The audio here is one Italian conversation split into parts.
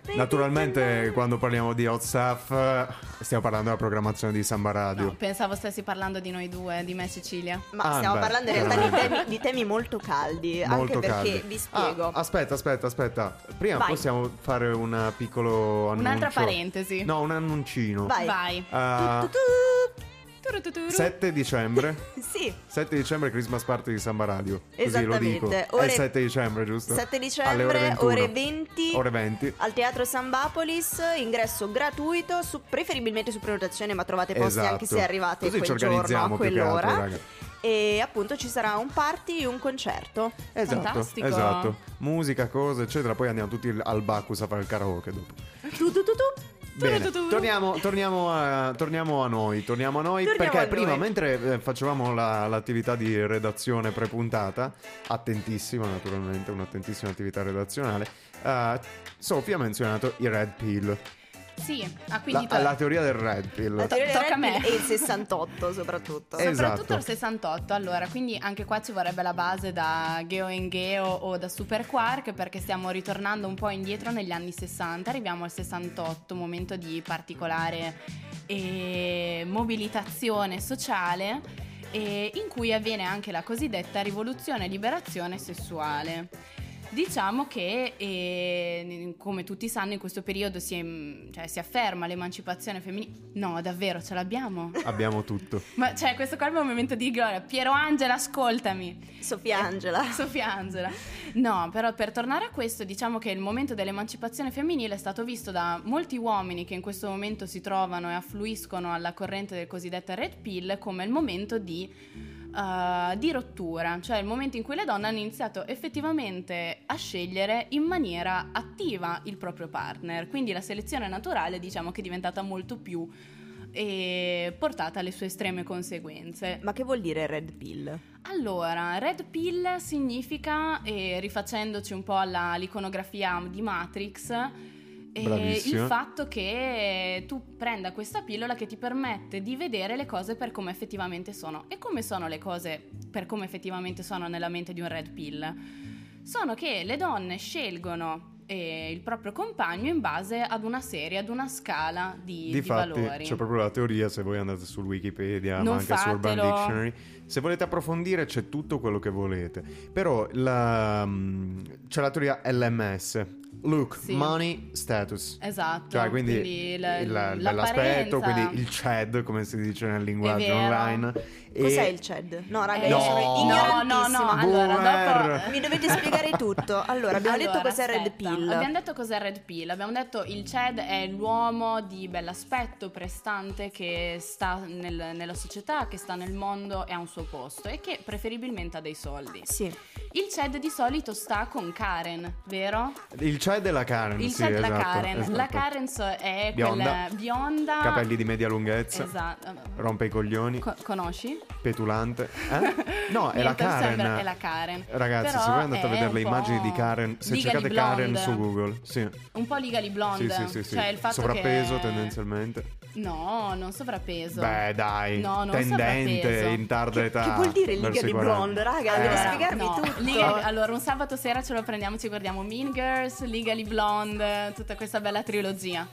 Naturalmente quando parliamo di Hot Stuff stiamo parlando della programmazione di Samba Radio. No, pensavo stessi parlando di noi due, di me e Cecilia. Ma stiamo parlando in realtà di temi molto caldi, molto anche perché caldi. vi spiego. Aspetta. Prima Vai. possiamo fare un piccolo annuncio. Un'altra parentesi. No, un annuncino. Vai. Tu. 7 dicembre. Sì. 7 dicembre Christmas Party di Samba Radio. Così lo dico. Esattamente. È il 7 dicembre, giusto? 7 Alle dicembre, 21. ore 20. Ore 20. Al Teatro Sambapolis, ingresso gratuito, preferibilmente su prenotazione, ma trovate posti Esatto. anche se arrivate Così ci quel giorno a organizziamo più che altro, quell'ora. raga. E appunto ci sarà un party e un concerto. Fantastico. Esatto. Musica, cose, eccetera. Poi andiamo tutti al Bacchus a fare il karaoke dopo. Tu. Bene, torniamo a noi perché a prima noi. mentre facevamo l'attività di redazione prepuntata, attentissima naturalmente, un'attentissima attività redazionale, Sofia ha menzionato i Red Pill, Sì, quindi la teoria del Red Pill. La teoria Tocca a del me. Red Pill e il 68 soprattutto. Esatto. soprattutto il 68. Allora, quindi anche qua ci vorrebbe la base da Geo in Geo o da Super Quark, perché stiamo ritornando un po' indietro negli anni 60. Arriviamo al 68, momento di particolare mobilitazione sociale, in cui avviene anche la cosiddetta rivoluzione e liberazione sessuale. Diciamo che, come tutti sanno, in questo periodo si afferma l'emancipazione femminile. No, davvero, ce l'abbiamo? Abbiamo tutto. Ma questo qua è il mio momento di gloria. Piero Angela, ascoltami. Sofia Angela. No, però per tornare a questo, diciamo che il momento dell'emancipazione femminile è stato visto da molti uomini che in questo momento si trovano e affluiscono alla corrente del cosiddetta Red Pill come il momento di rottura, cioè il momento in cui le donne hanno iniziato effettivamente a scegliere in maniera attiva il proprio partner, quindi la selezione naturale diciamo che è diventata molto più portata alle sue estreme conseguenze. Ma che vuol dire Red Pill? Allora, Red Pill significa, rifacendoci un po' all'iconografia di Matrix, il fatto che tu prenda questa pillola che ti permette di vedere le cose per come effettivamente sono. E come sono le cose per come effettivamente sono nella mente di un Red Pill? Sono che le donne scelgono il proprio compagno in base ad una serie, ad una scala di valori. C'è proprio la teoria, se voi andate sul Wikipedia, Non ma anche su Urban fatelo. Dictionary, se volete approfondire c'è tutto quello che volete. Però c'è la teoria LMS, look, Sì. money, status. Esatto. Cioè quindi l'aspetto, quindi il CHED, come si dice nel linguaggio online. Cos'è il CHED? No, raga, No. io sono ignorantissima. No, allora, Boomer. dopo Mi dovete spiegare tutto. Allora, abbiamo detto cos'è Red Pill. Abbiamo detto cos'è Red Pill. Abbiamo detto il CHED è l'uomo di bell'aspetto, prestante, che sta nella società, che sta nel mondo e ha un suo posto e che preferibilmente ha dei soldi. Sì. Il CHED di solito sta con Karen, vero? Il CHED è la Karen, Il sì, CHED è la esatto, Karen. esatto. La Karen è Bionda. quella bionda, Capelli di media lunghezza, esatto. rompe i coglioni, Conosci? petulante. No, è la Niente, Karen. sembra- è la Karen. Ragazzi, Però se voi andate a è vedere le un immagini po' di Karen, se Legally cercate Karen Blonde. su Google, sì. Un po' Legally Blonde. Sì. Cioè il fatto sovrappeso che... tendenzialmente. No, non sovrappeso. Beh, dai, No, non tendente sovrappeso. in tarda età. Che vuol dire verso Liga i di 40. Blonde, raga? Deve spiegarmi no. tutto. Allora, un sabato sera ce lo prendiamo, ci guardiamo Mean Girls, Legally Blonde, tutta questa bella trilogia.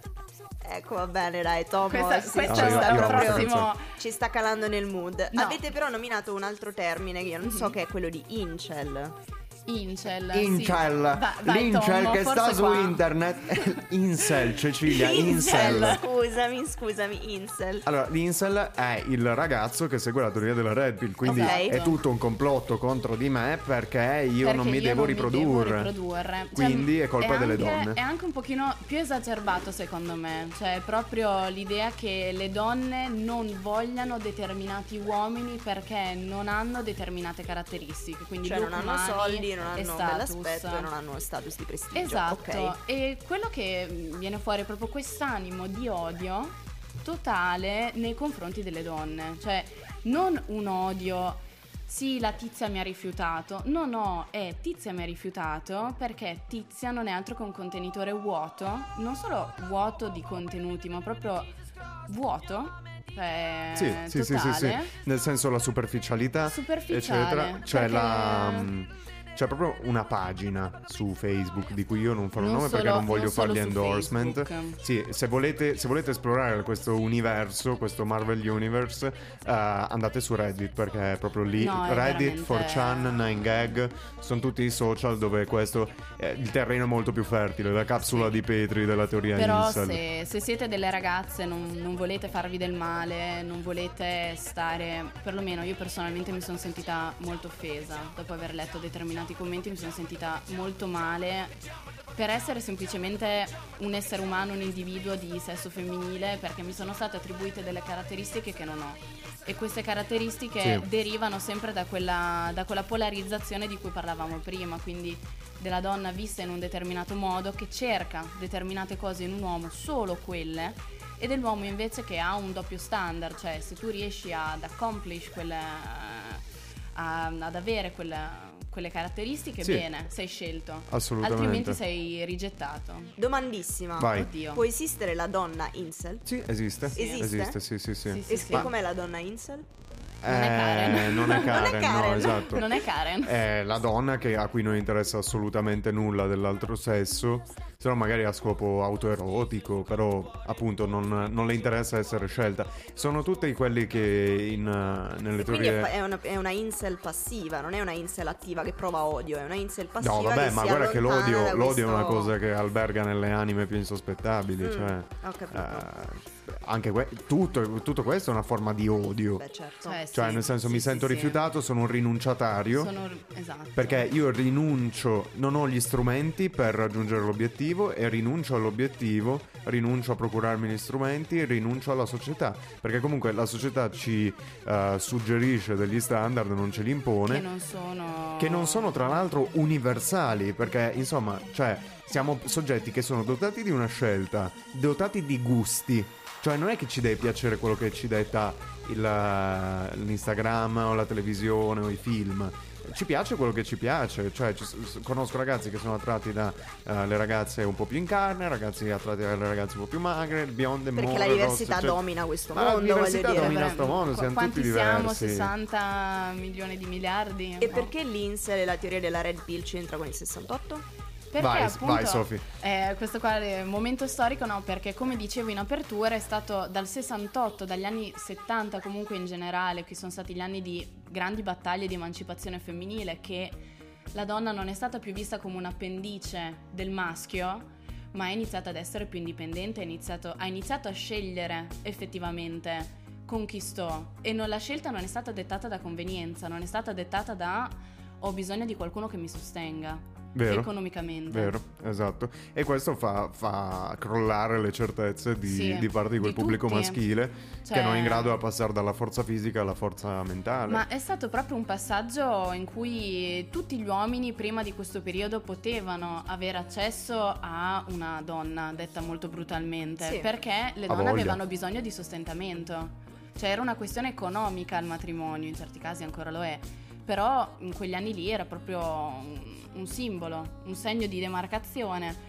Ecco, va bene, dai, Tom. Questo No, è io il apprezzo. prossimo. Ci sta calando nel mood. No. Avete però nominato un altro termine che io non so, che è quello di incel. Incel. Incel, Sì. Vai, l'incel Tom, che sta forse su qua. internet. Incel, Cecilia, incel. Scusami, incel. Allora, l'incel è il ragazzo che segue la teoria della Red Pill, quindi Ok. è tutto un complotto contro di me perché io Perché non mi io devo non mi riprodurre. devo riprodurre. Quindi è colpa delle anche- donne. È anche un pochino più esacerbato secondo me. Cioè è proprio l'idea che le donne non vogliano determinati uomini perché non hanno determinate caratteristiche. Quindi Cioè non look, hanno mani soldi, non e hanno status. bell'aspetto e non hanno status di prestigio. Esatto, Ok. e quello che viene fuori è proprio quest'animo di odio totale nei confronti delle donne. Cioè non un odio, sì, la tizia mi ha rifiutato. No, è tizia mi ha rifiutato perché tizia non è altro che un contenitore vuoto, non solo vuoto di contenuti, ma proprio vuoto. Cioè, Sì. totale. Nel senso la superficialità, Superficiale, eccetera. C'è perché- c'è proprio una pagina su Facebook di cui io non farò il Non nome perché solo- non voglio non solo fargli su endorsement. Facebook. Sì, se volete esplorare questo universo, questo Marvel Universe, andate su Reddit, perché è proprio lì. No, è Reddit, veramente- 4chan, 9gag, sono tutti i social dove questo il terreno è molto più fertile, la capsula di Petri della teoria Però incel. se siete delle ragazze, non volete farvi del male, non volete stare, perlomeno io personalmente mi sono sentita molto offesa dopo aver letto determinati commenti, mi sono sentita molto male per essere semplicemente un essere umano, un individuo di sesso femminile, perché mi sono state attribuite delle caratteristiche che non ho, e queste caratteristiche Sì. derivano sempre da quella polarizzazione di cui parlavamo prima, quindi della donna vista in un determinato modo che cerca determinate cose in un uomo, solo quelle, e dell'uomo invece che ha un doppio standard, cioè se tu riesci ad accomplish ad avere quelle caratteristiche, Sì. bene, sei scelto, Assolutamente. altrimenti sei rigettato. Domandissima. Vai. Oddio. Può esistere la donna incel? Sì, esiste. Esiste? Esiste, sì, sì, sì. Sì, E sì. com'è la donna incel? Non è Karen. Non è Karen, Non è Karen. no, esatto. Non è Karen. È la donna a cui non interessa assolutamente nulla dell'altro sesso, se no magari a scopo autoerotico, però appunto non le interessa essere scelta. Sono tutti quelli che nelle E quindi teorie... è una incel passiva, non è una incel attiva che prova odio, è una incel passiva. No, vabbè, che ma si guarda che allontana da l'odio è una questo- cosa che alberga nelle anime più insospettabili, cioè... ho capito. Anche tutto questo è una forma di odio. Beh, certo. Cioè, Sì, nel senso, sì, mi sì, sento sì. rifiutato, sono un rinunciatario. Esatto. Perché io rinuncio, non ho gli strumenti per raggiungere l'obiettivo e rinuncio all'obiettivo, rinuncio a procurarmi gli strumenti, rinuncio alla società. Perché comunque la società ci suggerisce degli standard, non ce li impone, che non sono tra l'altro universali. Perché insomma, cioè, siamo soggetti che sono dotati di una scelta, dotati di gusti. Cioè non è che ci deve piacere quello che ci detta l'Instagram o la televisione o i film. Ci piace quello che ci piace. Cioè conosco ragazzi che sono attratti da le ragazze un po' più in carne, ragazzi attratti dalle ragazze un po' più magre, bionde, Perché more, la diversità rosse, cioè- domina questo Ma la mondo, voglio diversità dire. domina sto mondo, siamo Quanti tutti siamo? diversi. 60 milioni di miliardi? E No. perché l'incel e la teoria della Red Pill c'entra con il 68? Perché Vai, appunto, vai, Sofi. questo qua è un momento storico, no? Perché come dicevo in apertura è stato dal 68, dagli anni 70 comunque in generale, che sono stati gli anni di grandi battaglie di emancipazione femminile, che la donna non è stata più vista come un appendice del maschio, ma è iniziata ad essere più indipendente, ha iniziato a scegliere effettivamente con chi sto, e la scelta non è stata dettata da convenienza, non è stata dettata da ho bisogno di qualcuno che mi sostenga. Vero, Economicamente. vero, esatto. E questo fa crollare le certezze Sì, di parte di quel di pubblico tutti. maschile Cioè- che non è in grado di passare dalla forza fisica alla forza mentale. Ma è stato proprio un passaggio in cui tutti gli uomini prima di questo periodo potevano avere accesso a una donna, detta molto brutalmente, Sì. perché le A donne voglia. avevano bisogno di sostentamento. Cioè era una questione economica il matrimonio, in certi casi ancora lo è, però in quegli anni lì era proprio un simbolo, un segno di demarcazione.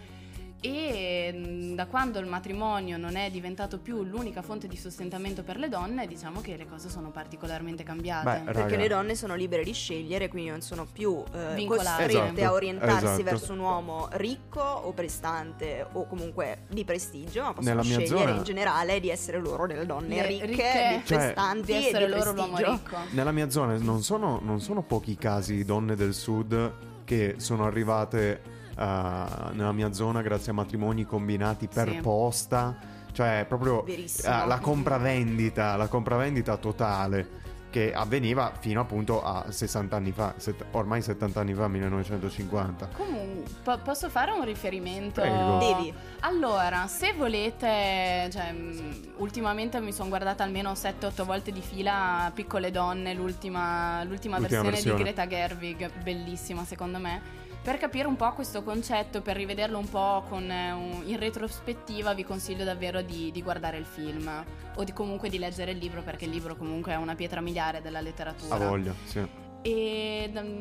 E da quando il matrimonio non è diventato più l'unica fonte di sostentamento per le donne, diciamo che le cose sono particolarmente cambiate. Beh, Perché raga. le donne sono libere di scegliere, quindi non sono più Vincolate. costrette Esatto, a orientarsi esatto. verso un uomo ricco o prestante o comunque di prestigio, ma possono Nella mia scegliere zona- in generale di essere loro delle donne Le ricche, ricche, di cioè, prestanti di essere e di loro l'uomo prestigio. ricco. Nella mia zona non sono pochi i casi di donne del sud che sono arrivate nella mia zona grazie a matrimoni combinati per Sì. posta, cioè proprio Verissimo. la compravendita totale che avveniva fino appunto a 60 anni fa, ormai 70 anni fa, 1950. Comunque, posso fare un riferimento? Prego. Devi. Allora, se volete, cioè, ultimamente mi sono guardata almeno 7-8 volte di fila Piccole Donne, l'ultima versione versione. di Greta Gerwig, bellissima secondo me. Per capire un po' questo concetto, per rivederlo un po' in retrospettiva, vi consiglio davvero di guardare il film o comunque di leggere il libro, perché il libro comunque è una pietra miliare della letteratura. A voglia, sì. E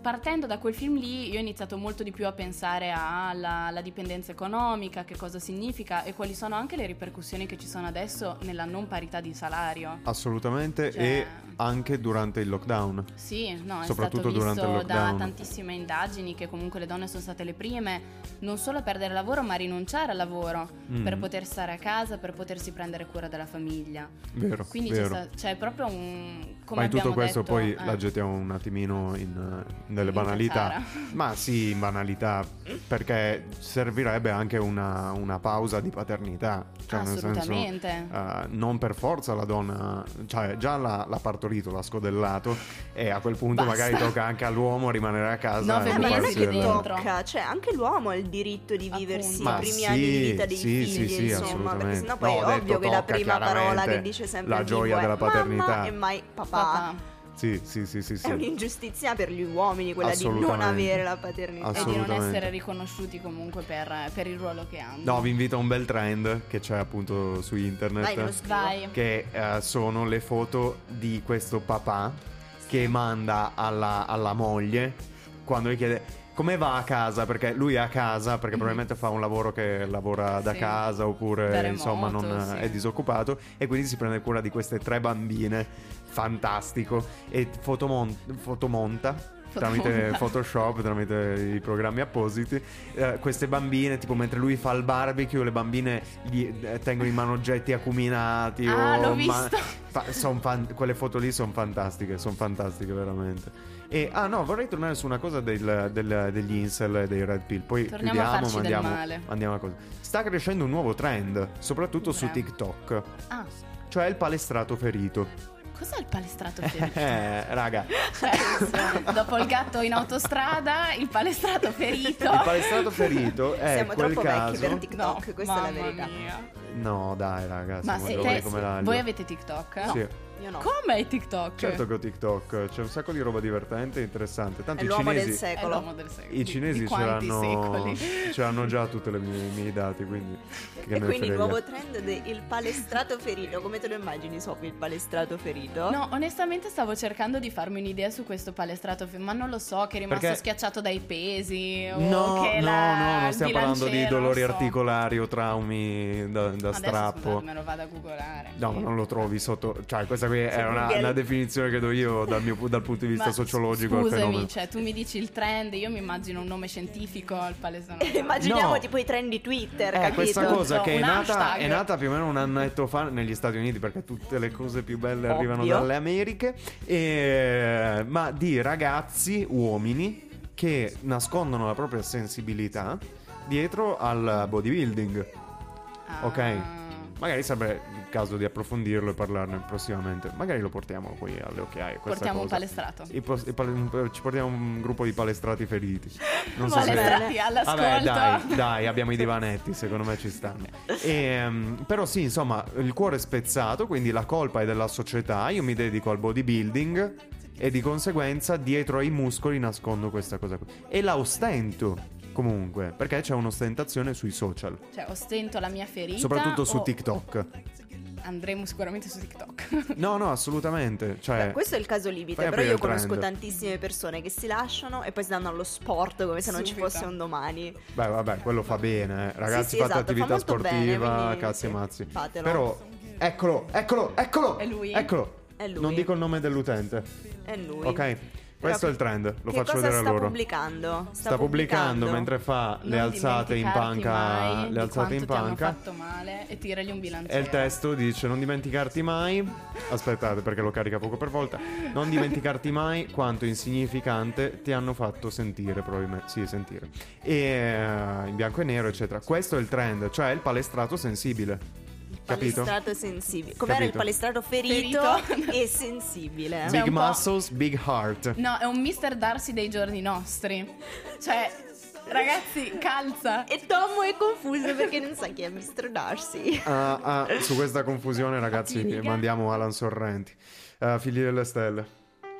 partendo da quel film lì io ho iniziato molto di più a pensare alla dipendenza economica, che cosa significa e quali sono anche le ripercussioni che ci sono adesso nella non parità di salario. Assolutamente, Cioè- e anche durante il lockdown. Sì, no, è Soprattutto stato durante il visto da lockdown. tantissime indagini che comunque le donne sono state le prime non solo a perdere lavoro ma a rinunciare al lavoro per poter stare a casa, per potersi prendere cura della famiglia. Vero, Quindi vero. c'è proprio un... come Ma in tutto abbiamo questo detto, poi la gettiamo un attimino nelle In banalità. cazzara. Ma sì, in banalità, perché servirebbe anche una pausa di paternità. Cioè, nel senso, Assolutamente. non per forza la donna, cioè già l'ha partorito, l'ha scodellato, e a quel punto Basta. magari tocca anche all'uomo rimanere a casa 9 e mesi occuparsi che del- dentro. Tocca, cioè anche l'uomo ha il diritto di viversi Appunto. i Ma primi anni di vita dei sì, figli, sì, insomma, assolutamente. perché sennò poi No, è ho ovvio detto che la tocca, prima parola chiaramente, che dice sempre la il bimbo gioia è della paternità. mamma e mai papà. Papà. Sì, sì, sì, sì, sì. È un'ingiustizia per gli uomini quella di non Assolutamente. avere la paternità. E di non Assolutamente. essere riconosciuti comunque per il ruolo che hanno. No, vi invito a un bel trend che c'è appunto su internet. Vai, me lo scrivo. Vai. Che sono le foto di questo papà che manda alla moglie quando gli chiede come va a casa, perché lui è a casa perché probabilmente fa un lavoro che lavora da Sì. casa, oppure Da remoto, insomma non sì. è disoccupato, e quindi si prende cura di queste 3 bambine. Fantastico. E fotomonta tramite Photoshop, tramite i programmi appositi, queste bambine, tipo mentre lui fa il barbecue, le bambine gli tengono in mano oggetti acuminati. Ah, l'ho o visto. quelle foto lì sono fantastiche veramente. E no, vorrei tornare su una cosa degli incel e dei red pill. Poi Torniamo a chiudiamo, farci del male. andiamo a cosa. Sta crescendo un nuovo trend, soprattutto su Bravo. TikTok, Ah, cioè il palestrato ferito. cos'è il palestrato ferito? Raga, Cioè, dopo il gatto in autostrada, il palestrato ferito. il palestrato ferito è Siamo quel troppo vecchi per caso. TikTok, questa è la mamma verità. mia. No, dai, raga, Ma siamo se giovani te, come l'aglio. voi avete TikTok? Sì. Io no. Come hai TikTok? Certo che ho TikTok, c'è un sacco di roba divertente e interessante. È Tanto i l'uomo del cinesi, È secolo. l'uomo del secolo. i cinesi Di ce quanti l'hanno, secoli? ce l'hanno già tutti i miei dati, quindi che me E ne quindi il frega. nuovo trend del palestrato ferito. Come te lo immagini, Sofì, il palestrato ferito? No, onestamente stavo cercando di farmi un'idea su questo palestrato, ma non lo so, che è rimasto Perché- schiacciato dai pesi o No, che non il stiamo parlando di bilanciere, dolori non so. articolari o traumi da Adesso strappo. scusate, me lo vado a googolare. No, ma non lo trovi sotto. Cioè, questa qui è Google. una definizione che do io dal punto di vista Ma sociologico del fenomeno. scusami, cioè tu mi dici il trend, io mi immagino un nome scientifico al palestrato. Immaginiamo No. tipo i trend di Twitter, capito? Questa cosa che Un è nata, hashtag. è nata più o meno un annetto fa negli Stati Uniti, perché tutte le cose più belle Ovvio. arrivano dalle Americhe, ma di ragazzi, uomini, che nascondono la propria sensibilità dietro al bodybuilding. Ah. Ok. Magari sarebbe il caso di approfondirlo e parlarne prossimamente. Magari lo portiamo poi alle occhiaie. questa Portiamo un cosa. palestrato. Ci portiamo un gruppo di palestrati feriti. Non so se... Palestrati all'ascolto. Vabbè, dai, abbiamo i divanetti, secondo me ci stanno. Però sì, insomma, il cuore è spezzato, quindi la colpa è della società. Io mi dedico al bodybuilding e di conseguenza dietro ai muscoli nascondo questa cosa qui. E la ostento comunque, perché c'è un'ostentazione sui social, Cioè, ostento la mia ferita. soprattutto su o- TikTok. Andremo sicuramente su TikTok. No, assolutamente. Cioè, Beh, questo è il caso limite, fai però aprire io il trend. conosco tantissime persone che si lasciano e poi si danno allo sport come se non ci Subito. fosse un domani. beh, vabbè, quello fa bene, ragazzi, Sì, fate esatto, attività fa molto bene, sportiva, quindi cazzi e sì, mazzi. fatelo. Però, eccolo! È lui? Eccolo! È lui. Non dico il nome dell'utente. È lui. Ok? Questo è il trend, lo che faccio cosa vedere sta loro. pubblicando? Sta pubblicando mentre fa le Non alzate in dimenticarti panca, mai le alzate in di quanto ti hanno panca. fatto male e tiragli un E bilanciere. il testo dice: non dimenticarti mai. Aspettate, perché lo carica poco per volta. Non dimenticarti mai quanto insignificante ti hanno fatto sentire, probabilmente. Sì, sentire. E in bianco e nero, eccetera. Questo è il trend, cioè il palestrato sensibile. Capito? Palestrato sensibile. Com'era Capito? il palestrato ferito, Ferito. e sensibile. Cioè, Big un po'- muscles, big heart. No, è un Mr. Darcy dei giorni nostri. Cioè, ragazzi, calza. E Tommo è confuso perché non sa chi è Mr. Darcy. Su questa confusione, ragazzi, Clinica. mandiamo Alan Sorrenti. Figli delle stelle.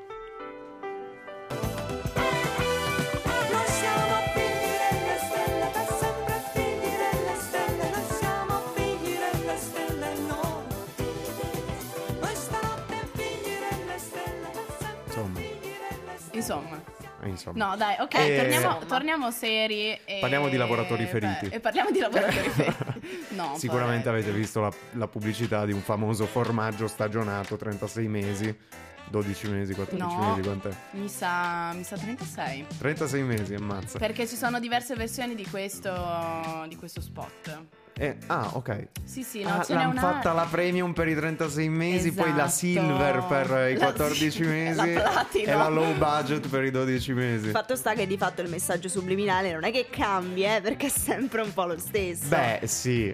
Non siamo figli delle stelle, per sempre figli delle stelle, non siamo figli delle stelle, no. Noi stanotte figli delle stelle, per sempre Insomma. figli delle stelle. Insomma, insomma. No, dai, ok, torniamo seri. Parliamo di lavoratori feriti. E parliamo di lavoratori feriti. No, Sicuramente avete visto la pubblicità di un famoso formaggio stagionato, 36 mesi, 12 mesi, 14 No. mesi, quant'è? Mi sa 36. 36 mesi, ammazza. Perché ci sono diverse versioni di questo spot. Ok. Sì, no, ce n'è l'hanno una. fatta la premium per i 36 mesi, poi la Esatto. silver per i La 14 mesi la platino. e la low budget per i 12 mesi. Fatto sta che di fatto il messaggio subliminale non è che cambia, perché è sempre un po' lo stesso. Beh, sì,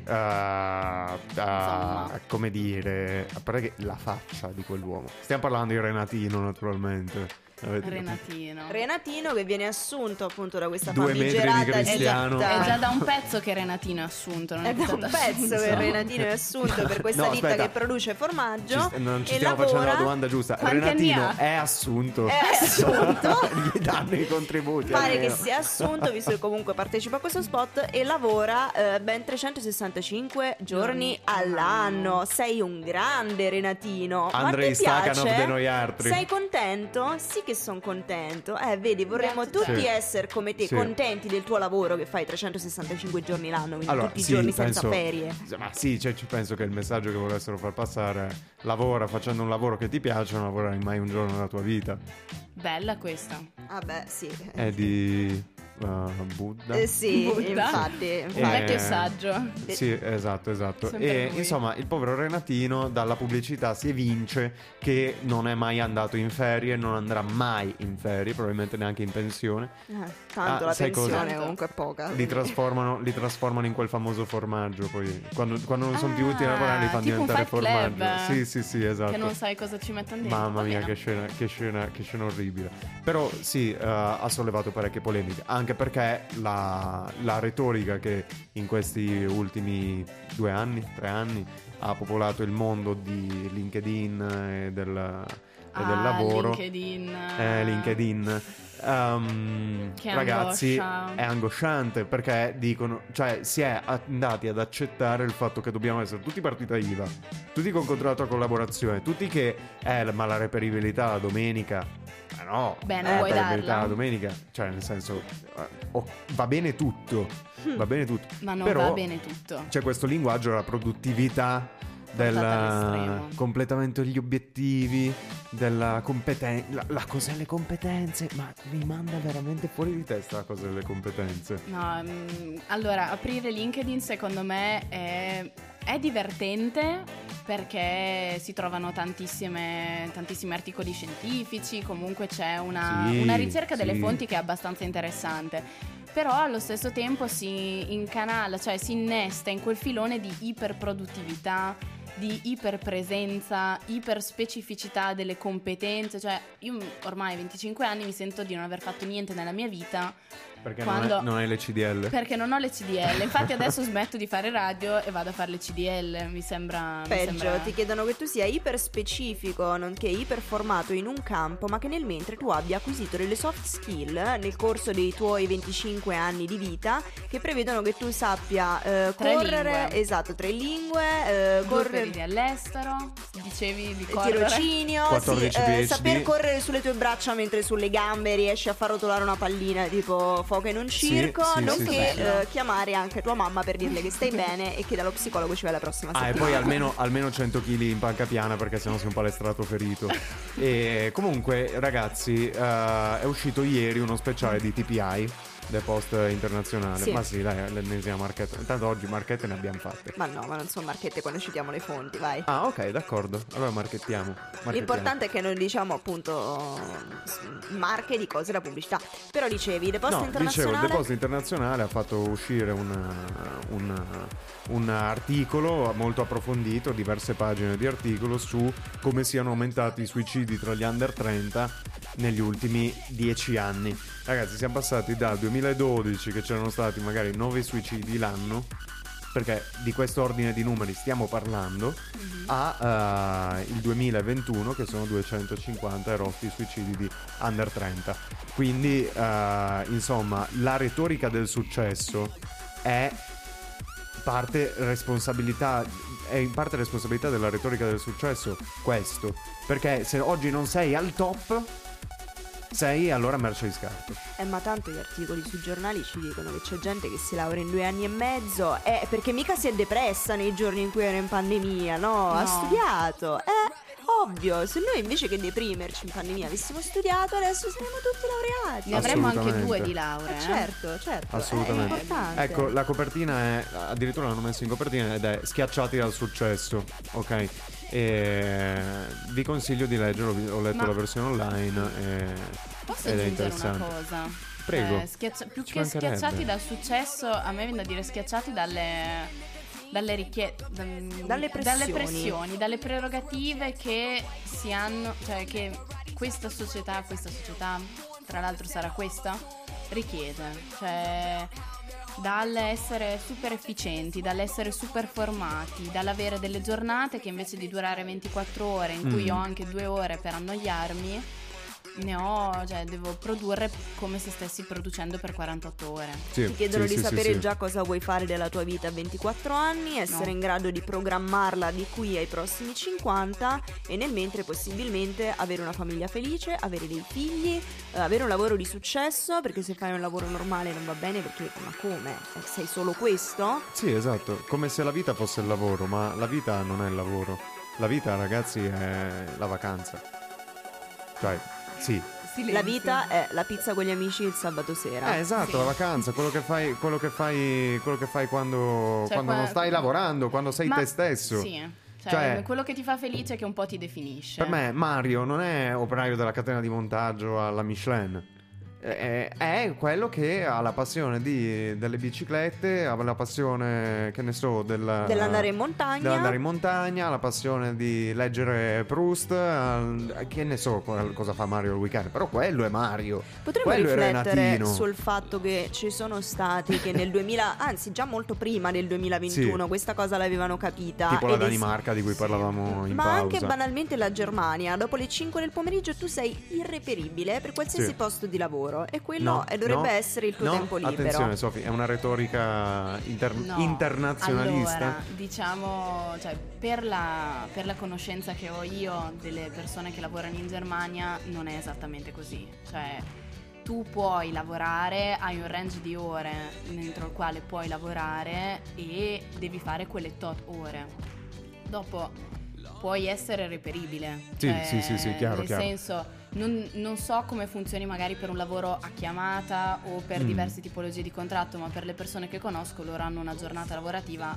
Insomma. come dire, a parte che la faccia di quell'uomo. Stiamo parlando di Renatino, naturalmente. Avete capito? Renatino che viene assunto appunto da questa 2 metri di famigerata Cristiano. ditta. È già da un pezzo che Renatino è assunto. Non È da stato un pezzo assunto. che Renatino è assunto per questa No, ditta aspetta. che produce formaggio. Non ci e stiamo lavora. facendo la domanda giusta. Quanti Renatino anni ha? è assunto. È assunto. Gli danno i contributi. Pare almeno. che sia assunto, visto che comunque partecipa a questo spot e lavora ben 365 giorni all'anno. Sei un grande Renatino. Andrei Ma ti piace? Stakhanov de noi altri. Sei contento? Sì che sono contento. Vedi, vorremmo Grazie. tutti Sì. essere come te, Sì. contenti del tuo lavoro che fai 365 giorni l'anno, quindi Allora, tutti i sì, giorni senza penso- ferie. Ma sì, cioè, ci penso che il messaggio che volessero far passare è: lavora facendo un lavoro che ti piace, non lavorerai mai un giorno della tua vita. Bella questa. Vabbè, sì. È di Buddha. Sì, Buddha? infatti. Un vecchio saggio. Sì, esatto. Sempre E lui. insomma, il povero Renatino dalla pubblicità si evince che non è mai andato in ferie, non andrà mai in ferie, probabilmente neanche in pensione. Tanto Ah, la sai cosa? pensione comunque è poca. Li trasformano in quel famoso formaggio. Poi quando non sono più utili a lavorare, li fanno tipo un diventare Fight Club, formaggio. Sì, esatto. Che non sai cosa ci mettono dentro. Mamma Va mia, bene. che scena orribile. Però sì, ha sollevato parecchie polemiche. Anche perché la retorica che in questi ultimi 2 anni, 3 anni ha popolato il mondo di LinkedIn e del lavoro. LinkedIn. Che Ragazzi, angoscia. è angosciante perché dicono, cioè si è andati ad accettare il fatto che dobbiamo essere tutti partita IVA, tutti con contratto a collaborazione, tutti che ma la reperibilità la domenica, ma no, Beh, non la vuoi reperibilità darla? la domenica, cioè nel senso va bene tutto, va bene tutto, Ma non però va bene tutto. c'è questo linguaggio della produttività, Portata all'estremo. completamento degli obiettivi, della competenza. La cos'è le competenze? Ma mi manda veramente fuori di testa la cosa delle competenze. No, allora, aprire LinkedIn secondo me è divertente perché si trovano tantissimi articoli scientifici, comunque c'è una ricerca delle sì. fonti che è abbastanza interessante. Però allo stesso tempo si incanala, cioè si innesta in quel filone di iperproduttività, di iperpresenza, iperspecificità delle competenze. Cioè io ormai a 25 anni mi sento di non aver fatto niente nella mia vita Perché quando- non hai le CDL. perché non ho le CDL. Infatti adesso smetto di fare radio e vado a fare le CDL. Mi sembra Peggio, ti chiedono che tu sia iper specifico, nonché iper formato in un campo, ma che nel mentre tu abbia acquisito delle soft skill nel corso dei tuoi 25 anni di vita, che prevedono che tu sappia correre, lingue. esatto, 3 lingue, 2 correre, periodi all'estero. Dicevi di correre. tirocinio, 14 sì, PhD. saper correre sulle tue braccia mentre sulle gambe riesci a far rotolare una pallina tipo foca in un circo, sì, nonché sì. chiamare anche tua mamma per dirle che stai bene e che dallo psicologo ci vai la prossima E settimana. poi almeno 100 kg in panca piana, perché sennò sei un palestrato ferito. E comunque, ragazzi, è uscito ieri uno speciale di TPI, The Post internazionale. Sì. Ma sì, dai, l'ennesima marchetta. Intanto oggi marchette ne abbiamo fatte. Ma no, ma non sono marchette quando citiamo le fonti, vai. Ah, ok, d'accordo. Allora marchettiamo. L'importante è che non diciamo appunto marche di cose da pubblicità. Però dicevi, The Post No, dicevo, internazionale. il The Post internazionale ha fatto uscire un articolo molto approfondito, diverse pagine di articolo su come siano aumentati i suicidi tra gli under 30 negli ultimi 10 anni. Ragazzi, siamo passati dal 2012 che c'erano stati magari 9 suicidi l'anno, perché di questo ordine di numeri stiamo parlando, a il 2021 che sono 250 erotti suicidi di under 30. Quindi insomma la retorica del successo è in parte responsabilità della retorica del successo questo, perché se oggi non sei al top sei allora merce di scarto. Ma tanto gli articoli sui giornali ci dicono che c'è gente che si laurea in 2 anni e mezzo, perché mica si è depressa nei giorni in cui era in pandemia, no? Ha No. studiato, ovvio. Se noi invece che deprimerci in pandemia avessimo studiato, adesso saremmo tutti laureati. Ne avremmo anche Assolutamente. 2 di laurea. Certo, Assolutamente. è importante. Ecco, la copertina è, addirittura l'hanno messo in copertina ed è Schiacciati dal successo, ok? E vi consiglio di leggerlo, ho letto Ma- la versione online Posso ed è aggiungere interessante. una cosa? Prego. Più Ci che mancherebbe. schiacciati dal successo, a me viene da dire schiacciati dalle pressioni, dalle prerogative che si hanno, cioè che questa società, tra l'altro sarà questa, richiede. Cioè, dall'essere super efficienti, dall'essere super formati, dall'avere delle giornate che invece di durare 24 ore, in cui ho anche 2 ore per annoiarmi, devo produrre come se stessi producendo per 48 ore. Sì, Ti chiedono sì, di sì, sapere sì. già cosa vuoi fare della tua vita a 24 anni, essere No. in grado di programmarla di qui ai prossimi 50 e nel mentre possibilmente avere una famiglia felice, avere dei figli, avere un lavoro di successo, perché se fai un lavoro normale non va bene perché ma come? Sei solo questo? Sì, esatto, come se la vita fosse il lavoro, ma la vita non è il lavoro. La vita, ragazzi, è la vacanza. Cioè, sì. La vita è la pizza con gli amici il sabato sera. Esatto, Sì. la vacanza, quello che fai quando Cioè, non stai lavorando, quando sei Ma- te stesso. Sì, Cioè- quello che ti fa felice che un po' ti definisce. Per me Mario non è operaio della catena di montaggio alla Michelin. È quello che ha la passione delle biciclette, ha la passione, che ne so, Dell'andare in montagna. dell'andare in montagna, la passione di leggere Proust, che ne so cosa fa Mario il weekend, però quello è Mario. Potremmo quello è riflettere Renatino. sul fatto che ci sono stati che nel 2000, anzi già molto prima del 2021, Sì. questa cosa l'avevano capita. Tipo la ed Danimarca di cui parlavamo in ma pausa. anche banalmente la Germania, dopo le 5 del pomeriggio tu sei irreperibile per qualsiasi Sì. posto di lavoro e quello No, dovrebbe no, essere il tuo no, tempo libero. Attenzione Sofì, è una retorica No, internazionalista. Allora, diciamo, cioè, per la conoscenza che ho io delle persone che lavorano in Germania, non è esattamente così. Cioè, tu puoi lavorare, hai un range di ore dentro il quale puoi lavorare e devi fare quelle tot ore. Dopo puoi essere reperibile. Sì, Cioè, sì, chiaro, nel chiaro. senso, non so come funzioni magari per un lavoro a chiamata o per diverse tipologie di contratto, ma per le persone che conosco loro hanno una giornata lavorativa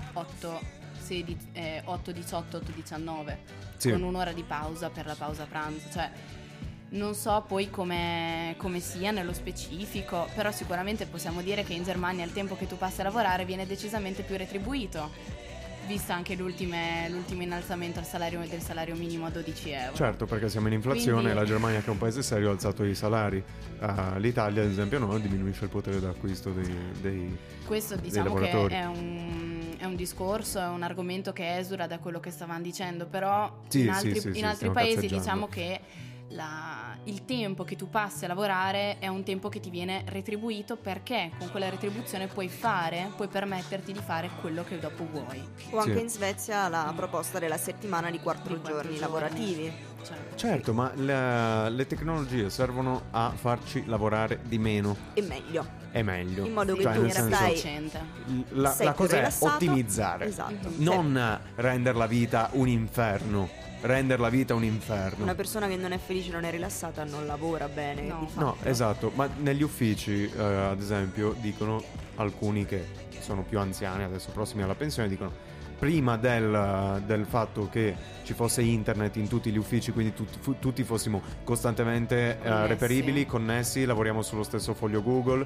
8-18, 8-19, Sì. con un'ora di pausa per la pausa pranzo. Cioè, non so poi come sia nello specifico, però sicuramente possiamo dire che in Germania il tempo che tu passi a lavorare viene decisamente più retribuito, vista anche l'ultimo innalzamento del salario minimo a 12 euro. Certo, perché siamo in inflazione Quindi- e la Germania, che è un paese serio, ha alzato i salari. L'Italia, ad esempio, no, diminuisce il potere d'acquisto dei Questo diciamo che lavoratori. è un discorso, è un argomento che esula da quello che stavamo dicendo, però Sì, in sì, altri, sì, in sì, altri stiamo paesi cazzeggiando. diciamo che il tempo che tu passi a lavorare è un tempo che ti viene retribuito, perché con quella retribuzione puoi permetterti di fare quello che dopo vuoi. O anche Sì. in Svezia la proposta della settimana di 4 Di 4 giorni giorni. lavorativi. Cioè, Certo, ma le tecnologie servono a farci lavorare di meno E meglio, e meglio. in modo che Cioè, tu nel senso, stai efficiente. la sei più cosa è rilassato. ottimizzare, Esatto. non rendere la vita un inferno. Rendere la vita un inferno. Una persona che non è felice, non è rilassata, non lavora bene. No. di fatto. No, esatto, ma negli uffici, ad esempio, dicono alcuni che sono più anziani, adesso prossimi alla pensione, dicono prima del fatto che ci fosse internet in tutti gli uffici, quindi tutti fossimo costantemente Connessi. reperibili, connessi, lavoriamo sullo stesso foglio Google,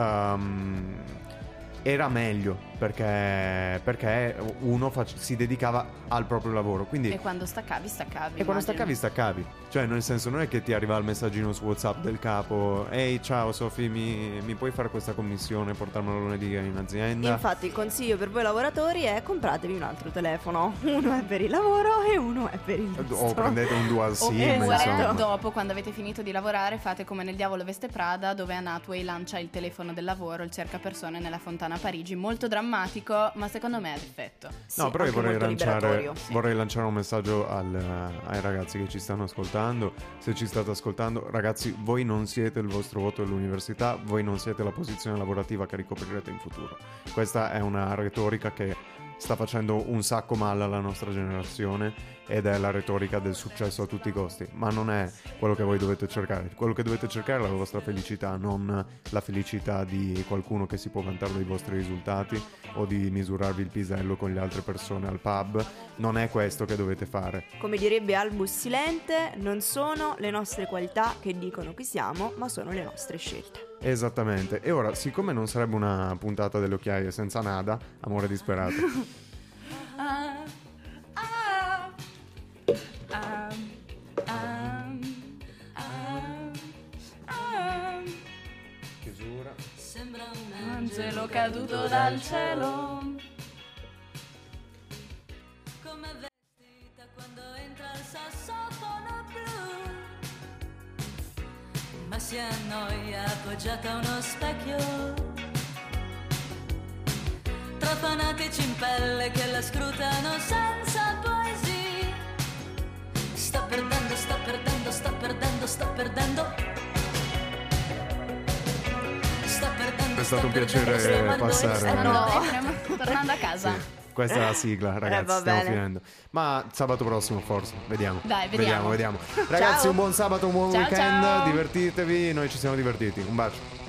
era meglio perché uno si dedicava al proprio lavoro, quindi E quando staccavi. e quando immagino. staccavi. Cioè, nel senso, non è che ti arriva il messaggino su WhatsApp del capo: ehi, ciao Sofì, mi puoi fare questa commissione, portarmelo lunedì in azienda? Infatti il consiglio per voi lavoratori è compratevi un altro telefono. Uno è per il lavoro e uno è per il resto. O prendete un dual sim, Oppure- insomma. Dopo, quando avete finito di lavorare, fate come nel Diavolo Veste Prada, dove Anatway lancia il telefono del lavoro, il cercapersone nella fontana a Parigi, molto drammatico, ma secondo me è perfetto. Sì, No, però io anche molto liberatorio. vorrei lanciare un messaggio ai ragazzi che ci stanno ascoltando. Se ci state ascoltando, ragazzi, voi non siete il vostro voto dell'università, voi non siete la posizione lavorativa che ricoprirete in futuro. Questa è una retorica che sta facendo un sacco male alla nostra generazione ed è la retorica del successo a tutti i costi, ma non è quello che voi dovete cercare. Quello che dovete cercare è la vostra felicità, non la felicità di qualcuno che si può vantare dei vostri risultati o di misurarvi il pisello con le altre persone al pub. Non è questo che dovete fare. Come direbbe Albus Silente, non sono le nostre qualità che dicono chi siamo, ma sono le nostre scelte. Esattamente. E ora, siccome non sarebbe una puntata delle occhiaie senza nada, amore disperato. Ah, ah, ah, ah, ah. Chiusura. Sembra un Angelo caduto dal cielo. come vestita quando entra il sassofono blu, ma si annoia appoggiata a uno specchio, tra fanatici in pelle che la scrutano senza poesia. Sto perdendo, sto perdendo, sto perdendo, sto perdendo. Sto perdendo. È stato un sto piacere perdendo, sto passare. perdendo. Tornando a casa. Sì. Questa è la sigla, ragazzi, va stiamo bene. finendo. Ma sabato prossimo forse, vediamo. Dai, vediamo. Ragazzi, Ciao. un buon sabato, un buon Ciao, weekend, ciao. divertitevi, noi ci siamo divertiti. Un bacio.